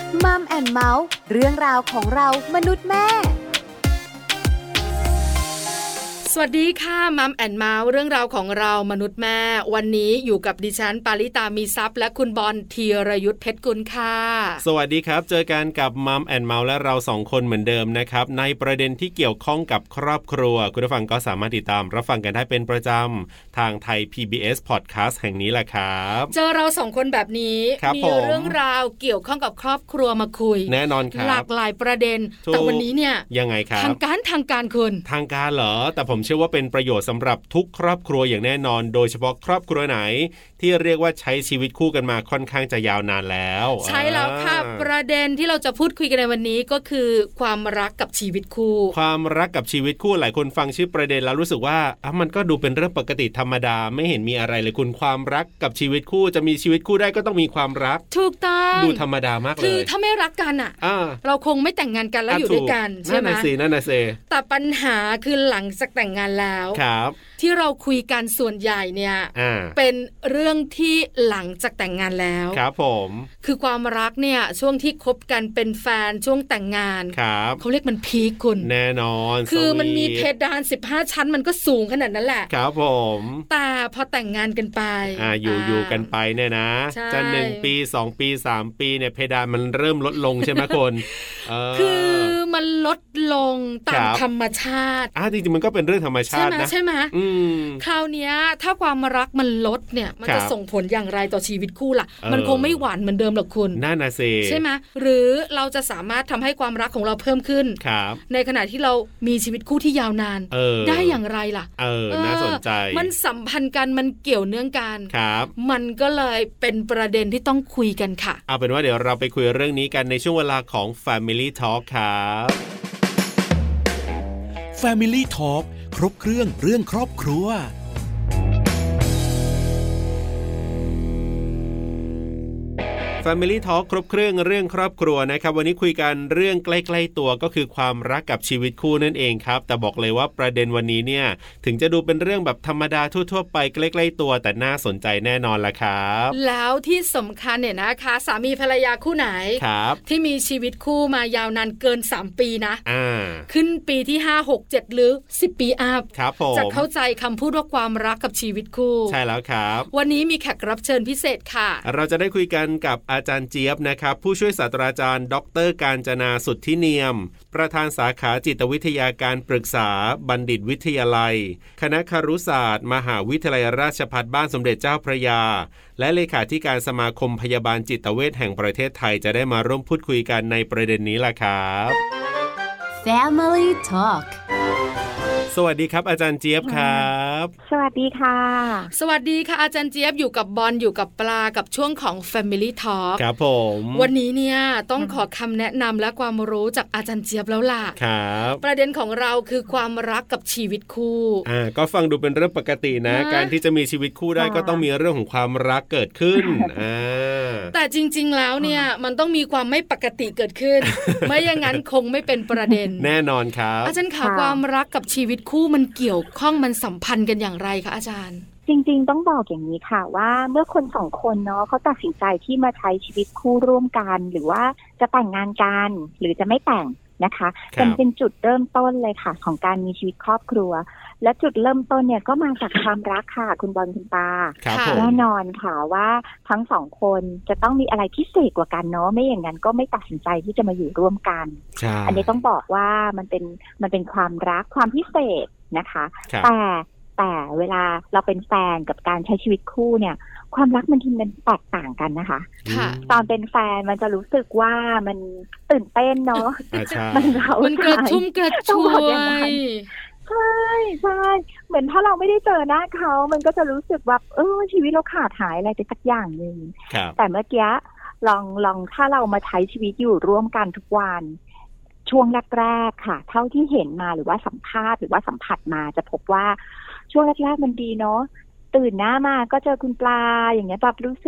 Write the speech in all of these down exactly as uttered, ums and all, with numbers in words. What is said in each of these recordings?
มัมแอนด์เมาส์เรื่องราวของเรามนุษย์แม่สวัสดีค่ะมัมแอนด์เมาส์เรื่องราวของเรามนุษย์แม่วันนี้อยู่กับดิฉันปาริตามีซัพย์และคุณบอลธีรยุทธเพชรกุลค่ะสวัสดีครับเจอกันกับมัมแอนด์เมาส์และเราสองคนเหมือนเดิมนะครับในประเด็นที่เกี่ยวข้องกับครอบครัวคุณผู้ฟังก็สามารถติดตามรับฟังกันได้เป็นประจำทางไทย พี บี เอส Podcast แห่งนี้แหละครับเจอเราสองคนแบบนี้มีเรื่องราวเกี่ยวข้องกับครอบครัวมาคุยแน่นอนครับหลากหลายประเด็นแต่วันนี้เนี่ยยังไงครับทางการทางการคุณทางการเหรอแต่ผมเชื่อว่าเป็นประโยชน์สำหรับทุกครอบครัวอย่างแน่นอนโดยเฉพาะครอบครัวไหนที่เรียกว่าใช้ชีวิตคู่กันมาค่อนข้างจะยาวนานแล้วใช่แล้วค่ะประเด็นที่เราจะพูดคุยกันในวันนี้ก็คือความรักกับชีวิตคู่ความรักกับชีวิตคู่หลายคนฟังชื่อประเด็นแล้วรู้สึกว่าอ่ะมันก็ดูเป็นเรื่องปกติธรรมดาไม่เห็นมีอะไรเลยคุณความรักกับชีวิตคู่จะมีชีวิตคู่ได้ก็ต้องมีความรักถูกต้องดูธรรมดามากเลยคือถ้าไม่รักกันอ่ะเราคงไม่แต่งงานกันแล้วอยู่ด้วยกันใช่ไหมนั่นน่ะสินั่นน่ะสิแต่ปัญหาคือหลังจากแต่งงานแล้วครับที่เราคุยกันส่วนใหญ่เนี่ยเป็นเรื่องที่หลังจากแต่งงานแล้วครับผมคือความรักเนี่ยช่วงที่คบกันเป็นแฟนช่วงแต่งงานเขาเรียกมันพีคคุณแน่นอนคือมันมีเพดานสิบห้าชั้นมันก็สูงขนาดนั้นแหละครับผมแต่พอแต่งงานกันไปอ่าอยู่อยู่กันไปเนี่ยนะจะหนึ่งปีสองปีสามปีเนี่ยเพดานมันเริ่มลดลงใช่ไหมคนคือมันลดลงตามธรรมชาติอ่าจริงๆมันก็เป็นเรื่องธรรมชาตินะใช่ไหมคราวนี้ถ้าความรักมันลดเนี่ยมันจะส่งผลอย่างไรต่อชีวิตคู่ล่ะมันคงไม่หวานเหมือนเดิมหรอกคุณน่าน่ะสิใช่ไหมหรือเราจะสามารถทำให้ความรักของเราเพิ่มขึ้นในขณะที่เรามีชีวิตคู่ที่ยาวนานได้อย่างไรล่ะเออน่าสนใจมันสัมพันธ์กันมันเกี่ยวเนื่องกันมันก็เลยเป็นประเด็นที่ต้องคุยกันค่ะเอาเป็นว่าเดี๋ยวเราไปคุยเรื่องนี้กันในช่วงเวลาของ Family Talk ครับ Family Talk ครบเครื่องเรื่องครอบครัว Family Talk ครบเครื่องเรื่องครอบครัวนะครับวันนี้คุยกันเรื่องใกล้ๆตัวก็คือความรักกับชีวิตคู่นั่นเองครับแต่บอกเลยว่าประเด็นวันนี้เนี่ยถึงจะดูเป็นเรื่องแบบธรรมดาทั่วๆไปใกล้ๆตัวแต่น่าสนใจแน่นอนล่ะครับแล้วที่สำคัญเนี่ยนะคะสามีภรรยาคู่ไหนที่มีชีวิตคู่มายาวนานเกินสามปีนะขึ้นปีที่ห้า หก เจ็ดหรือสิบปีอัพจะเข้าใจคำพูดว่าความรักกับชีวิตคู่ใช่แล้วครับวันนี้มีแขกรับเชิญพิเศษค่ะเราจะได้คุยกันกับอาจารย์เจี๊ยบนะครับผู้ช่วยศาสตราจารย์ดร.กาญจนาสุทธิเนียมประธานสาขาจิตวิทยาการปรึกษาบัณฑิตวิทยาลัยคณะครุศาสตร์มหาวิทยาลัยราชภัฏบ้านสมเด็จเจ้าพระยาและเลขาธิการสมาคมพยาบาลจิตเวชแห่งประเทศไทยจะได้มาร่วมพูดคุยกันในประเด็นนี้ล่ะครับ Family Talk สวัสดีครับอาจารย์เจี๊ยบครับสวัสดีค่ะสวัสดีค่ะอาจารย์เจี๊ยบอยู่กับบอลอยู่กับปลากับช่วงของ Family Talk ครับผมวันนี้เนี่ยต้องขอคำแนะนำและความรู้จากอาจารย์เจี๊ยบแล้วล่ะครับประเด็นของเราคือความรักกับชีวิตคู่อ่าก็ฟังดูเป็นเรื่องปกตินะการที่จะมีชีวิตคู่ได้ก็ต้องมีเรื่องของความรักเกิดขึ้นอ่าแต่จริงๆแล้วเนี่ยมันต้องมีความไม่ปกติเกิดขึ้น ไม่อย่างนั้นคงไม่เป็นประเด็นแน่นอนครับอาจารย์คะความรักกับชีวิตคู่มันเกี่ยวข้องมันสัมพันธ์กันอย่างไรคะอาจารย์จริงๆต้องบอกอย่างนี้ค่ะว่าเมื่อคนสองคนเนาะเขาตัดสินใจที่มาใช้ชีวิตคู่ร่วมกันหรือว่าจะแต่งงานกันหรือจะไม่แต่งนะคะเป็นเป็นจุดเริ่มต้นเลยค่ะของการมีชีวิตครอบครัวและจุดเริ่มต้นเนี่ยก็มาจากความรักค่ะคุณบอลคุณปาแน่นอนค่ะว่าทั้งสองคนจะต้องมีอะไรพิเศษกว่ากันเนาะไม่อย่างนั้นก็ไม่ตัดสินใจที่จะมาอยู่ร่วมกันอันนี้ต้องบอกว่ามันเป็นมันเป็นความรักความพิเศษนะคะแต่แต่เวลาเราเป็นแฟนกับการใช้ชีวิตคู่เนี่ยความรักมันทีมันแตกต่างกันนะคะตอนเป็นแฟนมันจะรู้สึกว่ามันตื่นเต้นเนาะมันเรามันกระชุ่มกระชวยใช่ใช่เหมือนถ้าเราไม่ได้เจอหน้าเขามันก็จะรู้สึกว่าเออชีวิตเราขาดหายอะไรไปสักอย่างนึงแต่เมื่อกี้ลองลองถ้าเรามาใช้ชีวิตอยู่ร่วมกันทุกวันช่วงแรกๆค่ะเท่าที่เห็นมาหรือว่าสัมภาษณ์หรือว่าสัมผัสมาจะพบว่าช่วงแรกๆมันดีเนาะตื่นหน้ามาก็เจอคุณปลาอย่างเงี้ยแบบรู้สึกแบบ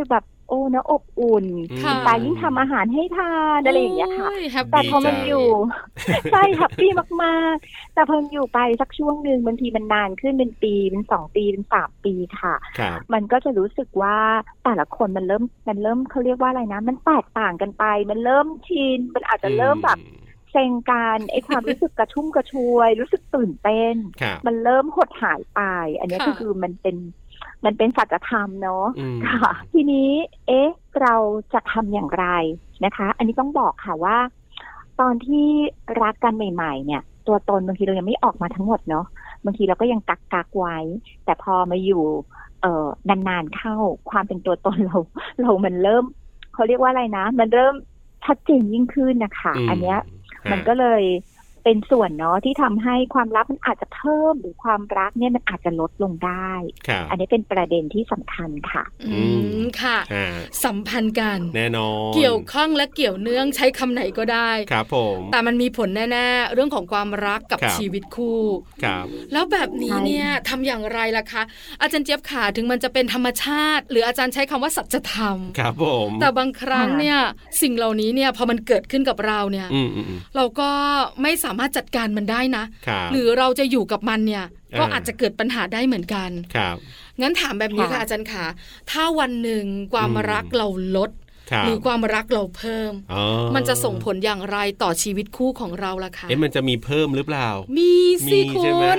โอ้นะอบอุ่นคุณตายิ่งทำอาหารให้ทานอะไรอย่างเงี้ยค่ะแต่พอมันอยู่ใช่แฮปปี้มากๆแต่พออยู่ไปสักช่วงนึงบางทีมันนานขึ้นเป็นปีเป็นสองปีเป็นสามปีค่ะมันก็จะรู้สึกว่าแต่ละคนมันเริ่มมันเริ่มเขาเรียกว่าอะไรนะมันแตกต่างกันไปมันเริ่มชินมันอาจจะเริ่มแบบเซ็งการไอ้ความรู้สึกกระชุ่มกระชวยรู้สึกตื่นเต้นมันเริ่มหดหายไปอันนี้ก็คือมันเป็นมันเป็นสัจธรรมเนาะค่ะทีนี้เอ๊ะเราจะทำอย่างไรนะคะอันนี้ต้องบอกค่ะว่าตอนที่รักกันใหม่ๆเนี่ยตัวตนบางทีเรายังไม่ออกมาทั้งหมดเนาะบางทีเราก็ยังกักกักไว้แต่พอมาอยู่เอ่อนานๆเข้าความเป็นตัวตนเราเรามันเริ่มเขาเรียกว่าอะไรนะมันเริ่มชัดเจนยิ่งขึ้นนะคะอันเนี้ยมันก็เลยเป็นส่วนเนาะที่ทำให้ความรักมันอาจจะเพิ่มหรือความรักเนี่ยมันอาจจะลดลงได้อันนี้เป็นประเด็นที่สำคัญค่ะอืมค่ะสัมพันธ์กันแน่นอนเกี่ยวข้องและเกี่ยวเนื่องใช้คำไหนก็ได้ครับผมแต่มันมีผลแน่ๆเรื่องของความรักกับชีวิตคู่ครับแล้วแบบนี้เนี่ยทำอย่างไรล่ะคะอาจารย์เจี๊ยบขาถึงมันจะเป็นธรรมชาติหรืออาจารย์ใช้คำว่าสัจธรรมครับผมแต่บางครั้งเนี่ยสิ่งเหล่านี้เนี่ยพอมันเกิดขึ้นกับเราเนี่ยเราก็ไม่สามารถจัดการมันได้นะหรือเราจะอยู่กับมันเนี่ยก็อาจจะเกิดปัญหาได้เหมือนกันครับงั้นถามแบบนี้ค่ะอาจารย์ขาถ้าวันหนึ่งความรักเราลดหรือความรักเราเพิ่มมันจะส่งผลอย่างไรต่อชีวิตคู่ของเราล่ะคะเอ๊ะมันจะมีเพิ่มหรือเปล่ามีสิคุณ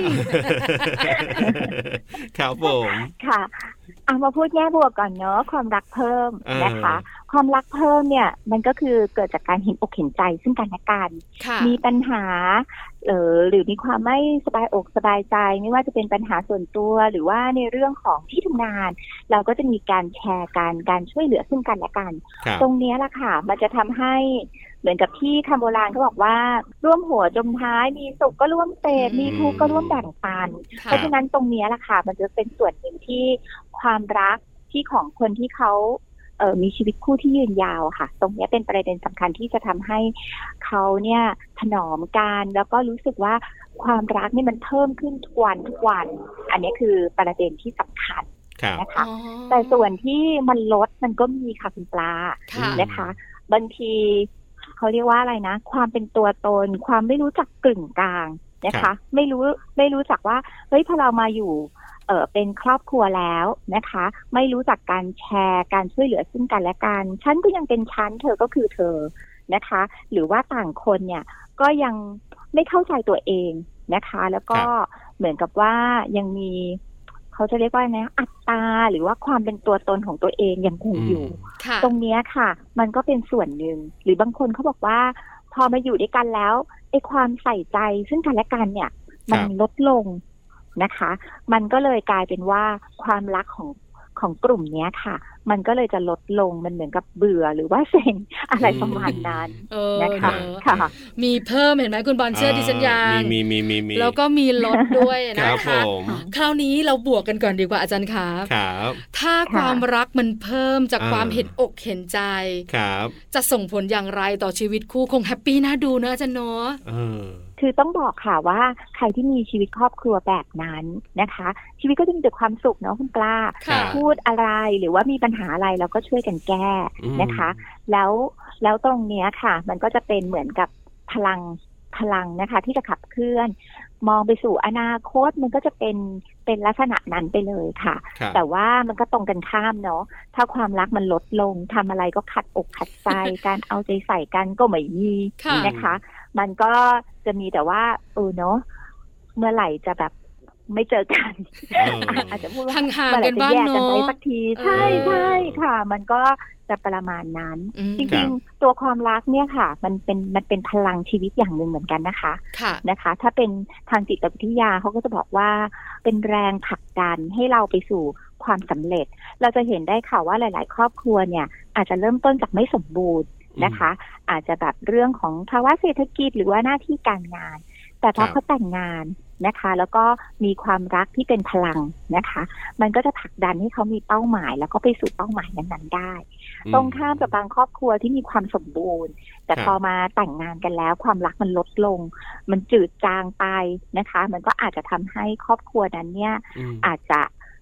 ครับผมค่ะเอามาพูดแง่บวกก่อนเนาะความรักเพิ่มนะคะความรักเพิ่มเนี่ยมันก็คือเกิดจากการเห็นอกเห็นใจซึ่งกันและกันมีปัญหาหรือหรือมีความไม่สบายอกสบายใจไม่ว่าจะเป็นปัญหาส่วนตัวหรือว่าในเรื่องของที่ทำงานเราก็จะมีการแชร์กันการช่วยเหลือซึ่งกันและกันตรงนี้แหละค่ะมันจะทำให้เหมือนกับที่คำโบราณเขาบอกว่าร่วมหัวจมท้ายมีสุขก็ร่วมเสพมีทุกข์ก็ร่วมแบ่งปันเพราะฉะนั้นตรงนี้แหละค่ะมันจะเป็นส่วนหนึ่งที่ความรักที่ของคนที่เขาเอ่อมีชีวิตคู่ที่ยืนยาวค่ะตรงนี้เป็นประเด็นสำคัญที่จะทำให้เขาเนี่ยถนอมกันแล้วก็รู้สึกว่าความรักนี่มันเพิ่มขึ้นทุกวันทุกวันอันนี้คือประเด็นที่สำคัญนะคะแต่ส่วนที่มันลดมันก็มีค่ะคุณปลานะคะบางทีเขาเรียกว่าอะไรนะความเป็นตัวตนความไม่รู้จักกึ่งกลางนะคะไม่รู้ไม่รู้จักว่าเฮ้ยพอเรามาอยู่เออเป็นครอบครัวแล้วนะคะไม่รู้จักการแชร์การช่วยเหลือซึ่งกันและกันฉันก็ยังเป็นฉันเธอก็คือเธอนะคะหรือว่าต่างคนเนี่ยก็ยังไม่เข้าใจตัวเองนะคะแล้วก็เหมือนกับว่ายังมีเขาจะเรียกว่าไงอัตตาหรือว่าความเป็นตัวตนของตัวเองยังคงอยู่ตรงนี้ค่ะมันก็เป็นส่วนหนึ่งหรือบางคนเขาบอกว่าพอมาอยู่ด้วยกันแล้วไอ้ความใส่ใจซึ่งกันและกันเนี่ยมันลดลงนะคะมันก็เลยกลายเป็นว่าความรักของของกลุ่มนี้ค่ะมันก็เลยจะลดลงมันเหมือนกับเบื่อหรือว่าเซ็งอะไรประมาณนั้นนะคะค่ะมีเพิ่มเห็นไหมคุณบอลเชื่อดิฉันยังมีมีมีมีแล้วก็มีลดด้วยนะคะคราวนี้เราบวกกันก่อนดีกว่าอาจารย์คะครับถ้าความรักมันเพิ่มจากความเห็นอกเห็นใจครับจะส่งผลอย่างไรต่อชีวิตคู่คงแฮปปี้น่าดูเนอะอาจารย์เนาะคือต้องบอกค่ะว่าใครที่มีชีวิตครอบครัวแบบนั้นนะคะชีวิตก็จะมีแต่ความสุขเนาะคุณปลาพูดอะไรหรือว่ามีปัญหาอะไรเราก็ช่วยกันแก้นะคะแล้วแล้วตรงเนี้ยค่ะมันก็จะเป็นเหมือนกับพลังพลังนะคะที่จะขับเคลื่อนมองไปสู่อนาคตมันก็จะเป็นเป็นลักษณะนั้นไปเลยค่ะแต่ว่ามันก็ตรงกันข้ามเนาะถ้าความรักมันลดลงทำอะไรก็ขัดอกขัดใจ การเอาใจใส่กันก็ไม่มีนะคะมันก็จะมีแต่ว่าเออเนาะเมื่อไหร่จะแบบไม่เจอกัน อาจจะพูดว่าห่างๆกันบ้างเนาะสักทีใช่ใช่ค่ะมันก็จะประมาณนั้นจริงๆตัวความรักเนี่ยค่ะมันเป็นมันเป็นพลังชีวิตอย่างหนึ่งเหมือนกันนะคะนะคะถ้าเป็นทางจิตวิทยาเขาก็จะบอกว่าเป็นแรงผลักดันให้เราไปสู่ความสำเร็จเราจะเห็นได้ค่ะว่าหลายๆครอบครัวเนี่ยอาจจะเริ่มต้นจากไม่สมบูรณ์นะคะอาจจะแบบเรื่องของภาวะเศรษฐกิจหรือว่าหน้าที่การงานแต่พอเขาแต่งงานนะคะแล้วก็มีความรักที่เป็นพลังนะคะมันก็จะผลักดันให้เขามีเป้าหมายแล้วก็ไปสู่เป้าหมายนั้นๆได้ตรงข้ามกับบางครอบครัวที่มีความสมบูรณ์แต่พอมาแต่งงานกันแล้วความรักมันลดลงมันจืดจางไปนะคะมันก็อาจจะทำให้ครอบครัวนั้นเนี่ยอาจจะ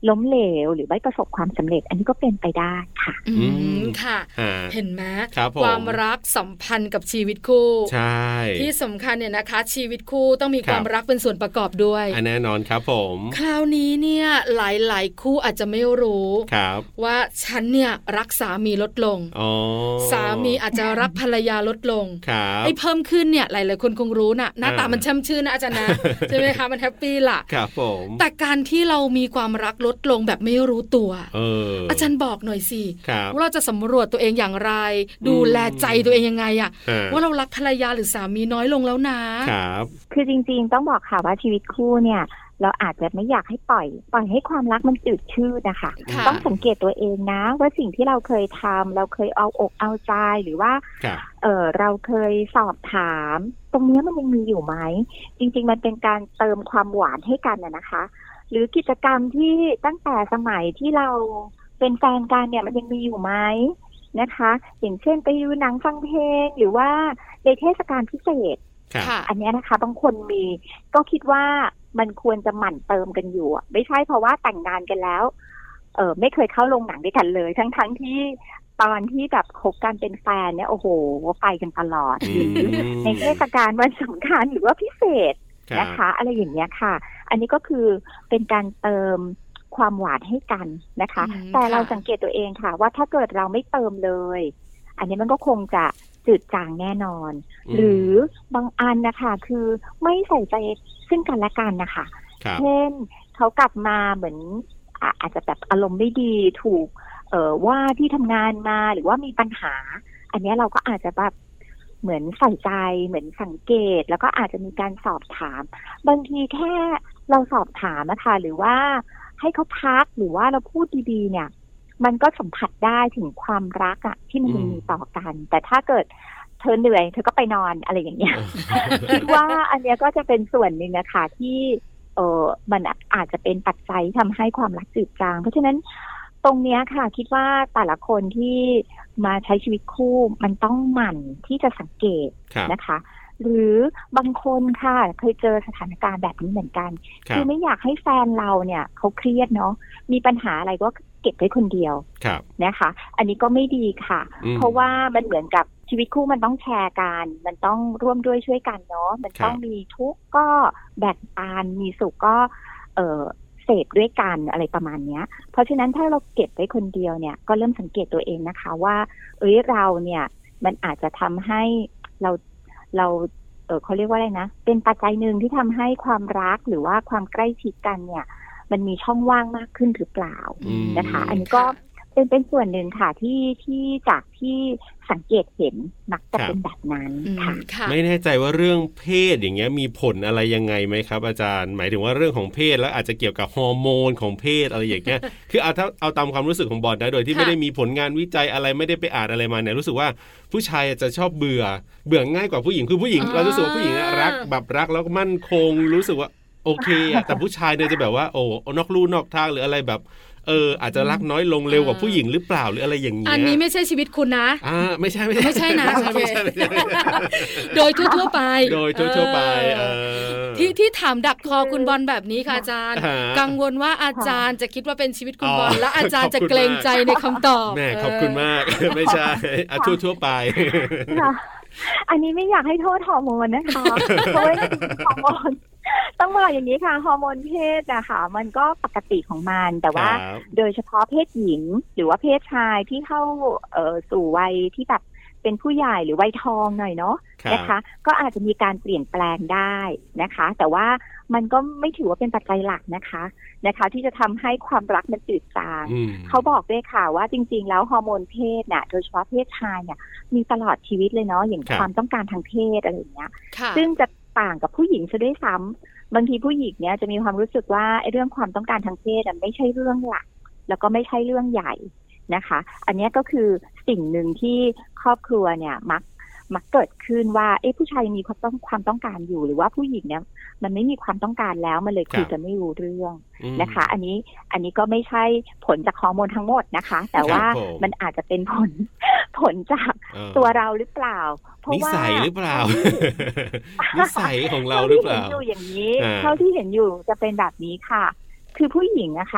ล้มเหลวหรือไม่ประสบความสำเร็จอันนี้ก็เป็นไปได้ค่ะอืมค่ะเห็นไหมความรักสัมพันธ์กับชีวิตคู่ใช่ที่สำคัญเนี่ยนะคะชีวิตคู่ต้องมีความรักเป็นส่วนประกอบด้วยแน่นอนครับผมคราวนี้เนี่ยหลายๆคู่อาจจะไม่รู้ว่าฉันเนี่ยรักสามีลดลงสามีอาจจะรักภรรยาลดลงไอ้เพิ่มขึ้นเนี่ยหลายๆคนคงรู้น่ะหน้าตามันช่ำชื่นนะอาจารย์นะใช่ไหมคะมันแฮปปี้ล่ะครับผมแต่การที่เรามีความรักลดลงแบบไม่รู้ตัวเอออาจารย์บอกหน่อยสิว่าเราจะสำรวจตัวเองอย่างไรดูแลใจตัวเองยังไงอะว่าเรารักภรรยาหรือสามีน้อยลงแล้วนะครับคือจริงๆต้องบอกค่ะว่าชีวิตคู่เนี่ยเราอาจจะไม่อยากให้ปล่อยปล่อยให้ความรักมันจืดชืดนะคะต้องสังเกตตัวเองนะว่าสิ่งที่เราเคยทำเราเคยเอาอกเอาใจหรือว่าเออเราเคยสอบถามตรงนี้มันยังมีอยู่ไหมจริงๆมันเป็นการเติมความหวานให้กันนะนะคะหรือกิจกรรมที่ตั้งแต่สมัยที่เราเป็นแฟนกันเนี่ยมันยังมีอยู่ไหมนะคะอย่างเช่นไปดูหนังฟังเพลงหรือว่าในเทศกาลพิเศษอันนี้นะคะบางคนมีก็คิดว่ามันควรจะหมั่นเติมกันอยู่ไม่ใช่เพราะว่าแต่งงานกันแล้วเออไม่เคยเข้าโรงหนังด้วยกันเลยทั้งๆ ท, ที่ตอนที่แบบคบกันเป็นแฟนเนี่ยโอ้โหไปกันตลอดหรือในเทศกาลวันสำคัญหรือว่าพิเศษนะคะอะไรอย่างเงี้ยค่ะอันนี้ก็คือเป็นการเติมความหวานให้กันนะคะแต่เราสังเกตตัวเองค่ะว่าถ้าเกิดเราไม่เติมเลยอันนี้มันก็คงจะจืดจางแน่นอนหรือบางอันนะคะคือไม่ใส่ใจซึ่งกันและกันนะคะเช่นเขากลับมาเหมือนอาจจะแบบอารมณ์ไม่ดีถูกเอ่อว่าที่ทำงานมาหรือว่ามีปัญหาอันนี้เราก็อาจจะแบบเหมือนใส่ใจเหมือนสังเกตแล้วก็อาจจะมีการสอบถามบางทีแค่เราสอบถามนะคะหรือว่าให้เขาพักหรือว่าเราพูดดีๆเนี่ยมันก็สัมผัสได้ถึงความรักอะที่มันมีต่อกันแต่ถ้าเกิดเธอเหนื่อยเธอก็ไปนอนอะไรอย่างเงี้ย คิดว่าอันเนี้ยก็จะเป็นส่วนหนึ่งนะคะที่เออมันอาจจะเป็นปัจจัยทำให้ความรักจืดจางเพราะฉะนั้นตรงเนี้ยค่ะคิดว่าแต่ละคนที่มาใช้ชีวิตคู่มันต้องหมั่นที่จะสังเกตนะคะหรือบางคนค่ะเคยเจอสถานการณ์แบบนี้เหมือนกันคือไม่อยากให้แฟนเราเนี่ยเขาเครียดเนาะมีปัญหาอะไรก็เก็บไว้คนเดียวนะคะอันนี้ก็ไม่ดีค่ะเพราะว่ามันเหมือนกับชีวิตคู่มันต้องแชร์กันมันต้องร่วมด้วยช่วยกันเนาะมันต้องมีทุกข์ก็แบ่งปันมีสุขก็เออเสพด้วยกันอะไรประมาณนี้เพราะฉะนั้นถ้าเราเก็บไว้คนเดียวเนี่ยก็เริ่มสังเกตตัวเองนะคะว่าเอ้ยเราเนี่ยมันอาจจะทำให้เราเราเออเขาเรียกว่าอะไรนะเป็นปัจจัยหนึ่งที่ทำให้ความรักหรือว่าความใกล้ชิดกันเนี่ยมันมีช่องว่างมากขึ้นหรือเปล่านะคะอันนี้ก็เป็นเป็นส่วนหนึ่งค่ะที่ที่จากที่สังเกตเห็นมักจะเป็นแบบนั้นค่ะไม่แน่ใจว่าเรื่องเพศอย่างเงี้ยมีผลอะไรยังไงไหมครับอาจารย์หมายถึงว่าเรื่องของเพศแล้วอาจจะเกี่ยวกับฮอร์โมนของเพศอะไรอย่างเงี้ยคือเอาถ้าเอาตามความรู้สึกของบอลนะโดยที่ไม่ได้มีผลงานวิจัยอะไรไม่ได้ไปอ่านอะไรมาเนี่ยรู้สึกว่าผู้ชายจะชอบเบื่อเบื่อง่ายกว่าผู้หญิงคือผู้หญิงเรารู้สึกว่าผู้หญิงรักแบบรักแล้วมั่นคงรู้สึกว่าโอเคอะแต่ผู้ชายเนี่ยจะแบบว่าโอ้นอกลู่นอกทางหรืออะไรแบบเอออาจจะรักน้อยลงเร็วกว่าผู้หญิงหรือเปล่าหรืออะไรอย่างเงี้ยอันนี้ไม่ใช่ชีวิตคุณนะอ่าไม่ใช่ไม่ใช่ไม่ใช่นะไม่ใช่โดยทั่วๆไปโดยทั่วๆไปที่ที่ถามดักคอคุณบอลแบบนี้ค่ะอาจารย์กังวลว่าอาจารย์จะคิดว่าเป็นชีวิตคุณบอลและอาจารย์จะเกรงใจในคำตอบแม่ขอบคุณมากไม่ใช่อ่ะทั่วๆไปอันนี้ไม่อยากให้โทษฮอร์โมนนะคะเพราะว่าฮอร์โมนต้องบอกอย่างนี้ค่ะฮอร์โมนเพศอะค่ะมันก็ปกติของมันแต่ว่าโดยเฉพาะเพศหญิงหรือว่าเพศชายที่เข้าเอ่อสู่วัยที่แบบเป็นผู้ใหญ่หรือวัยทองหน่อยเนาะนะคะก็อาจจะมีการเปลี่ยนแปลงได้นะคะแต่ว่ามันก็ไม่ถือว่าเป็นปัจจัยหลักนะคะนะคะที่จะทำให้ความรักมันจืดจางเขาบอกด้วยค่ะว่าจริงๆแล้วฮอร์โมนเพศเนี่ยโดยเฉพาะเพศชายเนี่ยมีตลอดชีวิตเลยเนาะอย่างความต้องการทางเพศอะไรอย่างเงี้ยซึ่งจะต่างกับผู้หญิงซะด้วยซ้ำบางทีผู้หญิงเนี่ยจะมีความรู้สึกว่าไอ้เรื่องความต้องการทางเพศไม่ใช่เรื่องหลักแล้วก็ไม่ใช่เรื่องใหญ่นะคะอันนี้ก็คือสิ่งหนึ่งที่ครอบครัวเนี่ยมักมักเกิดขึ้นว่าเอ๊ะผู้ชายมีความต้องความต้องการอยู่หรือว่าผู้หญิงเนี่ยมันไม่มีความต้องการแล้วมันเลยคุยกันไม่รู้เรื่องนะคะอันนี้อันนี้ก็ไม่ใช่ผลจากฮอร์โมนทั้งหมดนะคะแต่ว่ามันอาจจะเป็นผลผลจากตัวเราหรือเปล่าเพราะว่านิสัยหรือเปล่านิสัยของเราหรือเปล่าเท่าที่เห็นอยู่อย่างนี้เท่าที่เห็นอยู่จะเป็นแบบนี้ค่ะคือผู้หญิงอะค่ะพ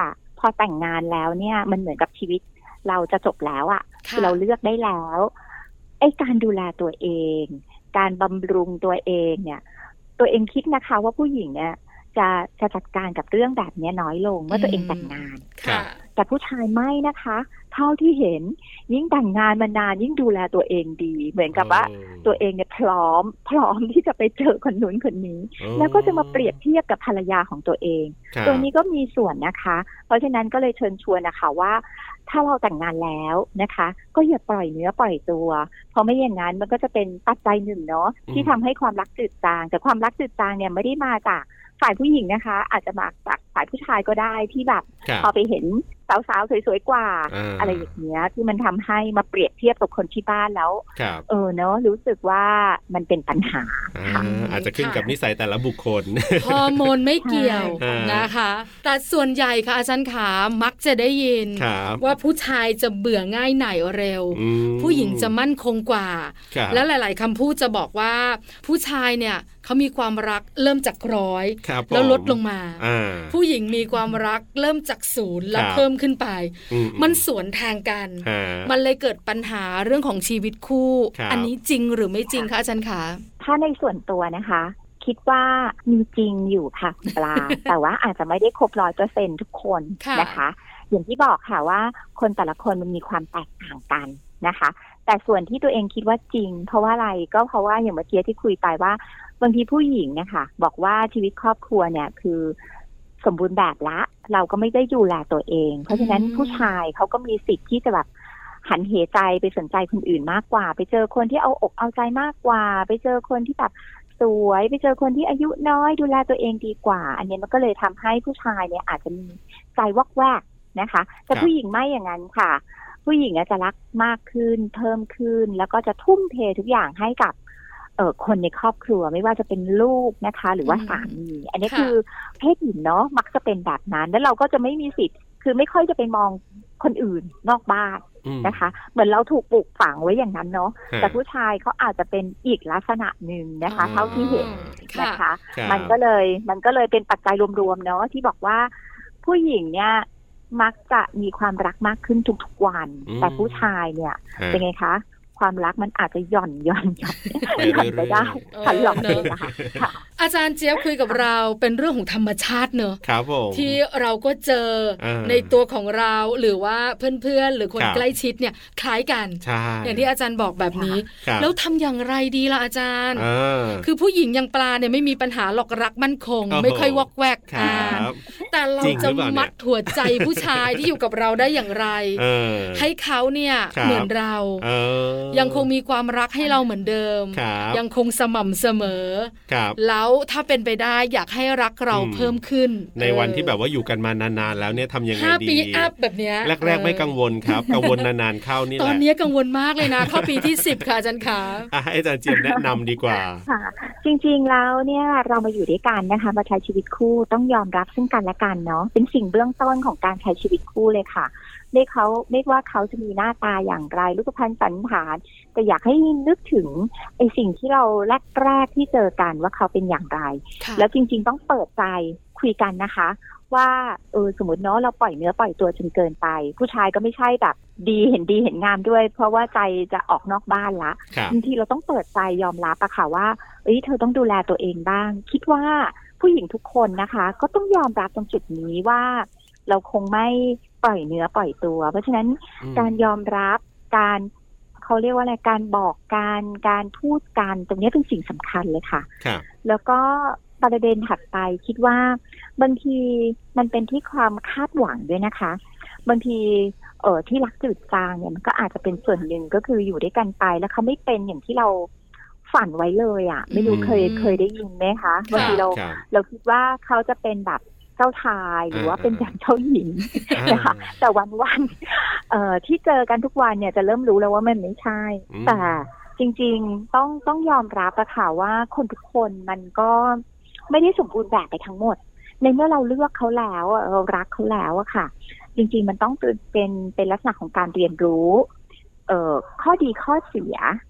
อแต่งงานแล้วเนี่ยมันเหมือนกับชีวิตเราจะจบแล้วอะคือเราเลือกได้แล้วไอ้การดูแลตัวเองการบำรุงตัวเองเนี่ยตัวเองคิดนะคะว่าผู้หญิงเนี่ยจะจะจัดการกับเรื่องแบบนี้น้อยลงเมื่อตัวเองแต่งงานแต่ผู้ชายไม่นะคะเท่าที่เห็นยิ่งแต่งงานมานานยิ่งดูแลตัวเองดีเหมือนกับว่าตัวเองเนี่ยพร้อมพร้อมที่จะไปเจอคนนู้นคนนี้แล้วก็จะมาเปรียบเทียบกับภรรยาของตัวเองตรงนี้ก็มีส่วนนะคะเพราะฉะนั้นก็เลยเชิญชวนนะคะว่าถ้าเราแต่งงานแล้วนะคะก็อย่าปล่อยเนื้อปล่อยตัวเพราะไม่อย่างนั้นมันก็จะเป็นปัจจัยหนึ่งเนาะที่ทำให้ความรักจืดจางแต่ความรักจืดจางเนี่ยไม่ได้มาจากฝ่ายผู้หญิงนะคะอาจจะมาจากฝ่ายผู้ชายก็ได้ที่แบบพอไปเห็นสาวๆสวยๆกว่า อ, อะไรอย่างเงี้ยที่มันทำให้มาเปรียบเทียบกับคนที่บ้านแล้วเออเนาะรู้สึกว่ามันเป็นปัญหาอา, อาจจะขึ้นกับนิสัยแต่ละบุคคลฮอร์โมนไม่เกี่ยวนะคะแต่ส่วนใหญ่ค่ะอาจารย์ขามักจะได้ยินว่าผู้ชายจะเบื่อง่ายหน่ายเร็วผู้หญิงจะมั่นคงกว่าและหลายๆคำพูดจะบอกว่าผู้ชายเนี่ยเขามีความรักเริ่มจากร้อยแล้วลดลงมาผู้หญิงมีความรักเริ่มจากศูนย์แล้วเพิ่มขึ้นไปมันสวนทางกันมันเลยเกิดปัญหาเรื่องของชีวิตคู่อันนี้จริงหรือไม่จริงคะอาจารย์คะถ้าในส่วนตัวนะคะคิดว่ามีจริงอยู่ค่ะปลา แต่ว่าอาจจะไม่ได้ครบร้อยเปอร์เซ็นต์ทุกคนนะคะอย่างที่บอกค่ะว่าคนแต่ละคนมันมีความแตกต่างกันนะคะแต่ส่วนที่ตัวเองคิดว่าจริงเพราะว่าอะไรก็เพราะว่าอย่างเมื่อกี้ที่คุยไปว่าบางทีผู้หญิงนะคะบอกว่าชีวิตครอบครัวเนี่ยคือสมบูรณ์แบบละเราก็ไม่ได้ดูแลตัวเองเพราะฉะนั้นผู้ชายเขาก็มีสิทธิ์ที่จะแบบหันเหใจไปสนใจคนอื่นมากกว่าไปเจอคนที่เอาอกเอาใจมากกว่าไปเจอคนที่แบบสวยไปเจอคนที่อายุน้อยดูแลตัวเองดีกว่าอันนี้มันก็เลยทำให้ผู้ชายเนี่ยอาจจะมีใจวอกแวกนะคะแต่ผู้หญิงไม่อย่างนั้นค่ะผู้หญิงจะรักมากขึ้นเพิ่มขึ้นแล้วก็จะทุ่มเททุกอย่างให้กับเอ่อคนในครอบครัวไม่ว่าจะเป็นลูกนะคะหรือว่าสามีอันนี้คือเพศหญิงเนาะมักจะเป็นแบบนั้นแล้วเราก็จะไม่มีสิทธิ์คือไม่ค่อยจะไปมองคนอื่นนอกบ้านนะคะเหมือนเราถูกปลูกฝังไว้อย่างนั้นเนาะแต่ผู้ชายเขาอาจจะเป็นอีกลักษณะหนึ่งนะคะเท่าที่เห็นนะคะมันก็เลยมันก็เลยเป็นปัจจัยรวมๆเนาะที่บอกว่าผู้หญิงเนี่ยมักจะมีความรักมากขึ้นทุกๆวันแต่ผู้ชายเนี่ยเป็นไงคะความรักมันอาจจะหย่อนหย่อนหย่อนไปได้ขันหลอกเลยนะคะอาจารย์เจี๊ยบคุยกับเราเป็นเรื่องของธรรมชาติเนอะที่เราก็เจอในตัวของเราหรือว่าเพื่อนๆหรือคนใกล้ชิดเนี่ยคล้ายกันอย่างที่อาจารย์บอกแบบนี้แล้วทำอย่างไรดีล่ะอาจารย์คือผู้หญิงอย่างปลาเนี่ยไม่มีปัญหาหรอกรักมั่นคงไม่ค่อยวอกแวกแต่เราจะมัดหัวใจผู้ชายที่อยู่กับเราได้อย่างไรให้เขาเนี่ยเหมือนเรายังคงมีความรักให้เราเหมือนเดิมยังคงสม่ำเสมอแล้วถ้าเป็นไปได้อยากให้รักเราเพิ่มขึ้นในวันที่แบบว่าอยู่กันมานานๆแล้วเนี่ยทำยังไงดีห้าปีอัพแบบเนี้ยแรกๆไม่กังวลครับกังวลนานๆเข้านี่แหละตอนนี้กังวลมากเลยนะเข้าปีที่สิบค่ะอาจารย์ขาให้อาจารย์เจี๊ยบแนะนำดีกว่าค่ะจริงๆแล้วเนี่ยเรามาอยู่ด้วยกันนะคะมาใช้ชีวิตคู่ต้องยอมรับซึ่งกันและกันเนาะเป็นสิ่งเบื้องต้นของการใช้ชีวิตคู่เลยค่ะไม่เขาไม่ว่าเขาจะมีหน้าตาอย่างไรรูปพรรณสันฐานแต่อยากให้นึกถึงไอ้สิ่งที่เราแรกๆที่เจอกันว่าเขาเป็นอย่างไรแล้วจริงๆต้องเปิดใจคุยกันนะคะว่าเออสมมติเนาะเราปล่อยเนื้อปล่อยตัวจนเกินไปผู้ชายก็ไม่ใช่แบบดีเห็นดีเห็นงามด้วยเพราะว่าใจจะออกนอกบ้านละบางทีเราต้องเปิดใจยอมรับอะค่ะว่าเอ้ยเธอต้องดูแลตัวเองบ้างคิดว่าผู้หญิงทุกคนนะคะก็ต้องยอมรับตรงจุดนี้ว่าเราคงไม่ปล่อยเนื้อปล่อยตัวเพราะฉะนั้นการยอมรับการเขาเรียกว่าอะไรการบอกการการพูดกันตรงนี้เป็นสิ่งสำคัญเลยค่ะแล้วก็ประเด็นถัดไปคิดว่าบางทีมันเป็นที่ความคาดหวังด้วยนะคะบางทีเออที่รักจืดจางเนี่ยมันก็อาจจะเป็นส่วนหนึ่งก็คืออยู่ด้วยกันไปแล้วเขาไม่เป็นอย่างที่เราฝันไว้เลยอ่ะไม่รู้เคยเคยได้ยินไหมคะบางทีเราเราคิดว่าเขาจะเป็นแบบเจ้าชายหรือว่าเป็นแบบเจ้าหญิงนะคะแต่วันวันเอ่อที่เจอกันทุกวันเนี่ยจะเริ่มรู้แล้วว่ามันไม่ใช่แต่จริงๆต้องต้องยอมรับอะค่ะว่าคนทุกคนมันก็ไม่ได้สมบูรณ์แบบไปทั้งหมดในเมื่อเราเลือกเขาแล้วเรารักเขาแล้วอะค่ะจริงๆมันต้องเป็นเป็นลักษณะของการเรียนรู้เอ่อข้อดีข้อเสีย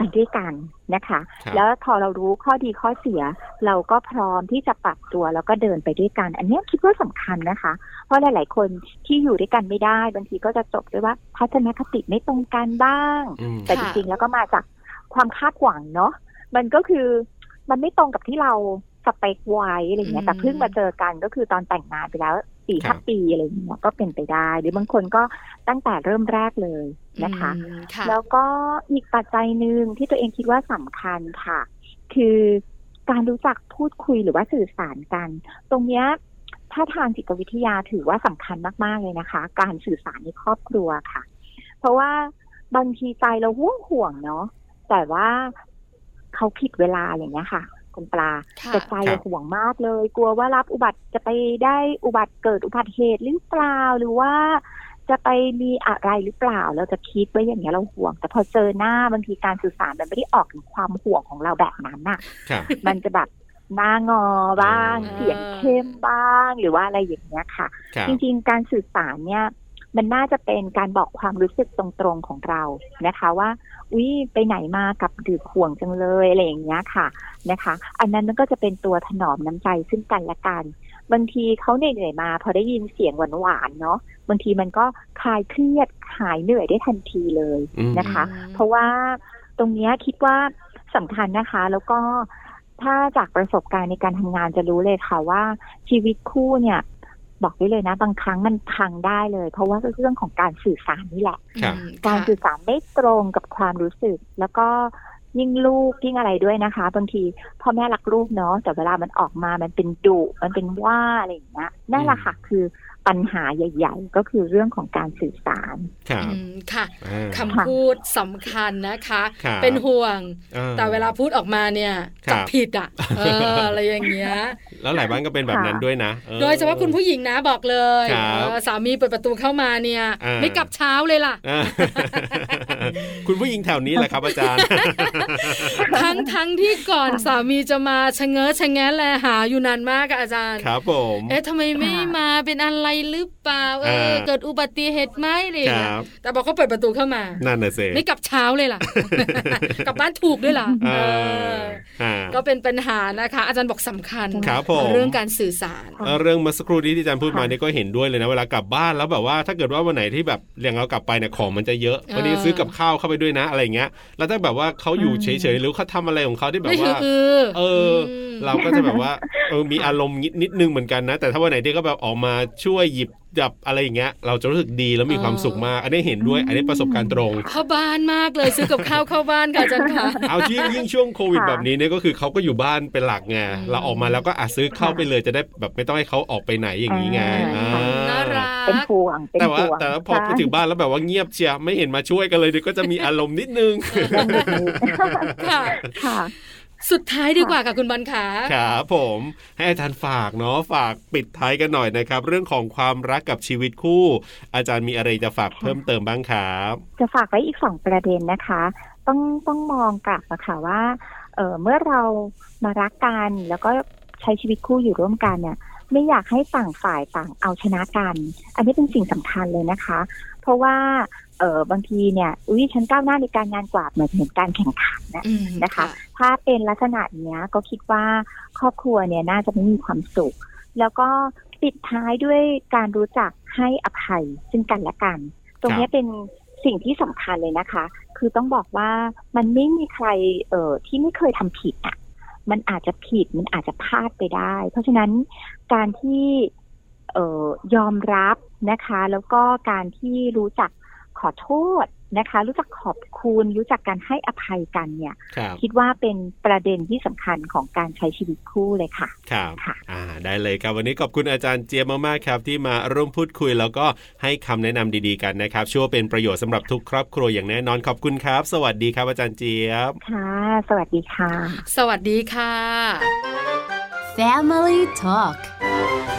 ด้วยกันนะคะแล้วพอเรารู้ข้อดีข้อเสียเราก็พร้อมที่จะปรับตัวแล้วก็เดินไปด้วยกันอันนี้คิดว่าสำคัญนะคะเพราะหลายๆคนที่อยู่ด้วยกันไม่ได้บางทีก็จะจบด้วยว่าทัศนคติไม่ตรงกันบ้างแต่จริงๆแล้วก็มาจากความคาดหวังเนาะมันก็คือมันไม่ตรงกับที่เราสเปคไว้อะไรเงี้ยแต่เพิ่งมาเจอกันก็คือตอนแต่งงานไปแล้วสี่ห้าปีอะไรอย่างเงี้ยก็เป็นไปได้หรือบางคนก็ตั้งแต่เริ่มแรกเลยนะคะแล้วก็อีกปัจจัยหนึ่งที่ตัวเองคิดว่าสำคัญค่ะคือการรู้จักพูดคุยหรือว่าสื่อสารกันตรงเนี้ยถ้าทางจิตวิทยาถือว่าสำคัญมากๆเลยนะคะการสื่อสารในครอบครัวค่ะเพราะว่าบางทีใจเราห่วงห่วงเนาะแต่ว่าเขาผิดเวลาอย่างเงี้ยค่ะคุณปลาแต่ใจห่วงมากเลยกลัวว่ารับอุบัติจะไปได้อุบัติเกิดอุบัติเหตุหรือเปล่าหรือว่าจะไปมีอะไรหรือเปล่าเราจะคิดไว้อย่างเงี้ยเราห่วงแต่พอเจอหน้าบางทีการสื่อสารมันไม่ได้ออกถึงความห่วงของเราแบบนั้นน่ะมันจะแบบหน้างอบ้างเสียงเข้มบ้างหรือว่าอะไรอย่างเงี้ยค่ะจริงๆการสื่อสารเนี่ยมันน่าจะเป็นการบอกความรู้สึกตรงๆของเรานะคะว่าอุ๊ยไปไหนมากับดือห่วงจังเลยอะไรอย่างเงี้ยค่ะนะคะอันนั้นมันก็จะเป็นตัวถนอมน้ำใจซึ่งกันและกันบางทีเขาเหนื่อยมาพอได้ยินเสียงหวานๆเนาะบางทีมันก็คลายเครียดหายเหนื่อยได้ทันทีเลยนะคะเพราะว่าตรงนี้คิดว่าสำคัญนะคะแล้วก็ถ้าจากประสบการณ์ในการทำงานจะรู้เลยค่ะว่าชีวิตคู่เนี่ยบอกได้เลยนะบางครั้งมันพังได้เลยเพราะว่าเรื่องของการสื่อสารนี่แหละการสื่อสารไม่ตรงกับความรู้สึกแล้วก็ยิ่งลูกยิ่งอะไรด้วยนะคะบางทีพ่อแม่รักลูกเนาะแต่เวลามันออกมามันเป็นดุมันเป็นว่าอะไรอย่างเงี้ยนั่นแหละค่ะคือปัญหาใหญ่ๆก็คือเรื่องของการสื่อสารค่ะคำพูดสำคัญนะคะเป็นห่วงแต่เวลาพูดออกมาเนี่ยจับผิดอ่ะอะไรอย่างเงี้ยแล้วหลายบ้านก็เป็นแบบนั้นด้วยนะโดยเฉพาะคุณผู้หญิงนะบอกเลยสามีเปิดประตูเข้ามาเนี่ยไม่กลับเช้าเลยล่ะคุณผู้หญิงแถวนี้แหละครับอาจารย์ทั้งทั้งที่ก่อนสามีจะมาชะเง้อชะแงะแลหาอยู่นานมากอาจารย์ครับผมเอ๊ะทำไมไม่มาเป็นอะไรหรือเปล่าเออเกิดอุบัติเหตุไหมอะไรอย่างเงี้ยแต่บอกเขาเปิดประตูเข้ามานั่นน่ะสิไม่กลับเช้าเลยล่ะ กลับบ้านถูกด้วยล่ะก็เป็นปัญหานะคะอาจารย์บอกสำคัญเรื่องการสื่อสารเรื่องเมื่อสักครู่นี้ที่อาจารย์พูดมานี่ก็เห็นด้วยเลยนะเวลากลับบ้านแล้วแบบว่าถ้าเกิดว่าวันไหนที่แบบเลี้ยงเรากลับไปเนี่ยของมันจะเยอะวันนี้ซื้อกับข้าวเข้าไปด้วยนะอะไรเงี้ยแล้วถ้าแบบว่าเขาอยู่เฉยๆหรือเขาทำอะไรของเขาที่แบบว่าเออเราก็จะแบบว่าเออมีอารมณ์นิดนึงเหมือนกันนะแต่ถ้าวันไหนที่เขาแบบออกมาช่วยหยิบจับอะไรอย่างเงี้ยเราจะรู้สึกดีแล้วมีความสุขมากอันนี้เห็นด้วยอันนี้ประสบการณ์ตรงเข้าบ้านมากเลยซื้อกับข้าวเข้าบ้านค่ะอาจารย์ค่ะเอาที่ยิ่งช่วงโควิดแบบนี้เนี่ยก็คือเขาก็อยู่บ้านเป็นหลักไงเราออกมาแล้วก็อาจซื้อเข้าไปเลยจะได้แบบไม่ต้องให้เขาออกไปไหนอย่างนี้ไงน่ารักเป็นห่วงแต่ว่าแต่พอไปถึงบ้านแล้วแบบว่าเงียบเชียร์ไม่เห็นมาช่วยกันเลยเดี๋ยวก็จะมีอารมณ์นิดนึงค่ะค่ะสุดท้ายดีกว่าค่ะคุณบอลขาครับผมให้อาจารย์ฝากเนาะฝากปิดท้ายกันหน่อยนะครับเรื่องของความรักกับชีวิตคู่อาจารย์มีอะไรจะฝากเพิ่มเติมบ้างครับจะฝากไว้อีกสองประเด็นนะคะต้องต้องมองกลับนะคะว่าเอ่อเมื่อเรามารักกันแล้วก็ใช้ชีวิตคู่อยู่ร่วมกันเนี่ยไม่อยากให้ต่างฝ่ายต่างเอาชนะกันอันนี้เป็นสิ่งสำคัญเลยนะคะเพราะว่าเออบางทีเนี่ยอุ้ยฉันก้าวหน้าในการงานกว่าเหมือนเหมือนการแข่งขันนะนะคะถ้าเป็นลักษณะเนี้ยก็คิดว่าครอบครัวเนี่ยน่าจะไม่มีความสุขแล้วก็ปิดท้ายด้วยการรู้จักให้อภัยซึ่งกันและกันตรงนี้เป็นสิ่งที่สำคัญเลยนะคะคือต้องบอกว่ามันไม่มีใครเอ่อที่ไม่เคยทำผิดอ่ะมันอาจจะผิดมันอาจจะพลาดไปได้เพราะฉะนั้นการที่เอ่อยอมรับนะคะแล้วก็การที่รู้จักขอโทษนะคะรู้จักขอบคุณรู้จักการให้อภัยกันเนี่ยคิดว่าเป็นประเด็นที่สำคัญของการใช้ชีวิตคู่เลยค่ะครับค่ะอ่าได้เลยครับวันนี้ขอบคุณอาจารย์เจี๊ยบมากๆครับที่มาร่วมพูดคุยแล้วก็ให้คำแนะนำดีๆกันนะครับเชื่อว่าเป็นประโยชน์สำหรับทุกครอบครัวอย่างแน่นอนขอบคุณครับสวัสดีครับอาจารย์เจี๊ยบค่ะสวัสดีค่ะสวัสดีค่ะ Family Talk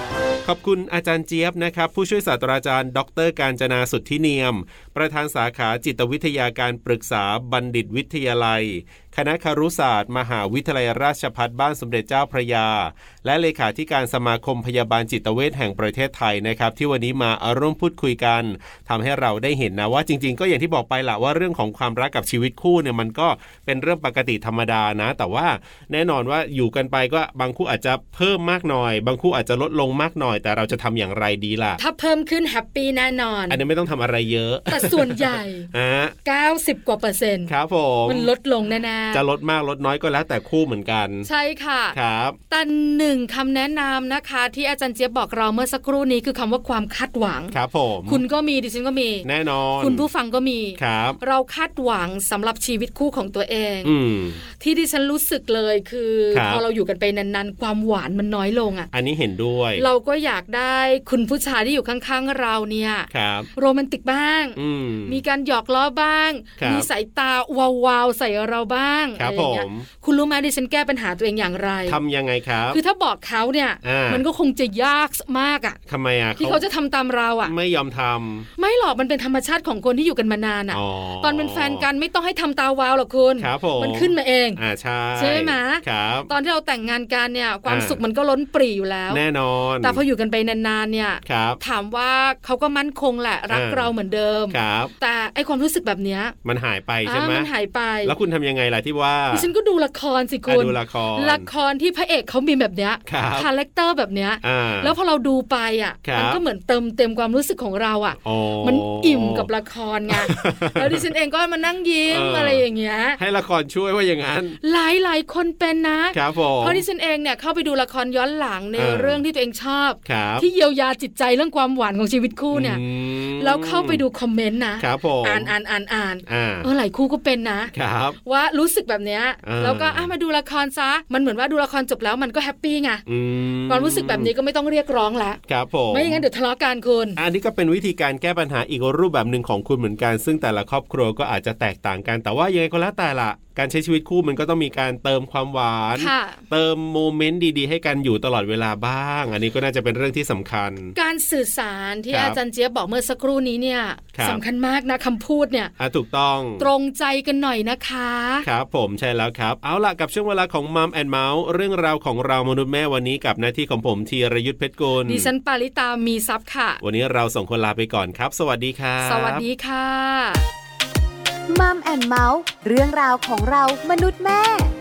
ขอบคุณอาจารย์เจี๊ยบนะครับผู้ช่วยศาสตราจารย์ดรกาญจนาสุทธิเนียมประธานสาขาจิตวิทยาการปรึกษาบัณฑิตวิทยาลัยคณะครุศาสตร์มหาวิทยาลัยราชภัฏบ้านสมเด็จเจ้าพระยาและเลขาธิการสมาคมพยาบาลจิตเวชแห่งประเทศไทยนะครับที่วันนี้มาร่วมพูดคุยกันทำให้เราได้เห็นนะว่าจริงๆก็อย่างที่บอกไปละว่าเรื่องของความรักกับชีวิตคู่เนี่ยมันก็เป็นเรื่องปกติธรรมดานะแต่ว่าแน่นอนว่าอยู่กันไปก็บางคู่อาจจะเพิ่มมากหน่อยบางคู่อาจจะลดลงมากหน่อยแต่เราจะทำอย่างไรดีล่ะถ้าเพิ่มขึ้นแฮปปี้แน่นอนอันนี้ไม่ต้องทำอะไรเยอะแต่ส่วนใหญ่เก้าสิบกว่าเปอร์เซ็นต์ครับผมมันลดลงแน่ๆจะลดมากลดน้อยก็แล้วแต่คู่เหมือนกันใช่ค่ะครับแต่หนึ่งคำแนะนำนะคะที่อาจารย์เจี๊ยบบอกเราเมื่อสักครู่นี้คือคำว่าความคาดหวังครับผมคุณก็มีดิฉันก็มีแน่นอนคุณผู้ฟังก็มีครับเราคาดหวังสำหรับชีวิตคู่ของตัวเองที่ดิฉันรู้สึกเลยคือพอเราอยู่กันไปนานๆความหวานมันน้อยลงอ่ะอันนี้เห็นด้วยเราก็อยากได้คุณผู้ชายที่อยู่ข้างๆเราเนี่ยโรแมนติกบ้างมีการหยอกล้อบ้างมีสายตาวาวๆใส่เราบ้างอะไรอย่างเงี้ยคุณรู้ไหมดิฉันแก้ปัญหาตัวเองอย่างไรทำยังไงครับคือถ้าบอกเขาเนี่ยมันก็คงจะยากมากอ่ะทำไมอ่ะที่เขาจะทำตามเราอ่ะไม่ยอมทำไม่หรอกมันเป็นธรรมชาติของคนที่อยู่กันมานานอ่ะตอนเป็นแฟนกันไม่ต้องให้ทำตาวาวหรอกคุณมันขึ้นมาเองอ่าใช่ใช่ไหมครับตอนที่เราแต่งงานกันเนี่ยความสุขมันก็ล้นปรีอยู่แล้วแน่นอนแต่พออยู่กันไปนานๆเนี่ยถามว่าเขาก็มั่นคงแหละรักเราเหมือนเดิมแต่ไอความรู้สึกแบบเนี้ยมันหายไปใช่ไหมมันหายไปแล้วคุณทำยังไงล่ะที่ว่าดิฉันก็ดูละครสิคุณดูละครละครที่พระเอกเขามีแบบเนี้ยคาแรคเตอร์แบบเนี้ยแล้วพอเราดูไปอ่ะมันก็เหมือนเติมเต็มความรู้สึกของเราอ่ะมันอิ่มกับละครไงแล้วดิฉันเองก็มานั่งยิ้มอะไรอย่างเงี้ยให้ละครช่วยว่าอย่างนั้นหลายหลายคนเป็นนะครับผมเพราะดิฉันเองเนี่ยเข้าไปดูละครย้อนหลังในเรื่องที่ตัวเองชอบที่เยียวยาจิตใจเรื่องความหวานของชีวิตคู่เนี่ยแล้วเข้าไปดูคอมเมนต์นะอ่านอ่านอ่านอ่านเออหลายคู่ก็เป็นนะว่ารู้สึกแบบเนี้ยแล้วก็มาดูละครซะมันเหมือนว่าดูละครจบแล้วมันก็แฮปปี้ไงความรู้สึกแบบนี้ก็ไม่ต้องเรียกร้องแล้วครับผมไม่อย่างนั้นเดี๋ยวทะเลาะกันคุณอันนี้ก็เป็นวิธีการแก้ปัญหาอีกรูปแบบหนึ่งของคุณเหมือนกันซึ่งแต่ละครอบครัวก็อาจจะแตกต่างกันแต่ว่ายังไงก็แล้วแต่ละการใช้ชีวิตคู่มันก็ต้องมีการเติมความหวานเติมโมเมนต์ดีๆให้กันอยู่ตลอดเวลาบ้างอันนี้ก็น่าจะเป็นเรื่องที่สำคัญการสื่อสารที่อาจารย์เจี๊ยบบอกเมื่อสักครู่นี้เนี่ยสำคัญมากนะคำพูดเนี่ยถูกต้องตรงใจกันหน่อยนะคะครับผมใช่แล้วครับเอาล่ะกับช่วงเวลาของมัมแอนด์เมาส์เรื่องราวของเรามนุษย์แม่วันนี้กับหน้าที่ของผมธีรยุทธเพชรกุลดิฉันปาริตามีทรัพย์ค่ะวันนี้เราส่งคนลาไปก่อนครับสวัสดีครับสวัสดีค่ะมัมแอนด์เมาส์เรื่องราวของเรามนุษย์แม่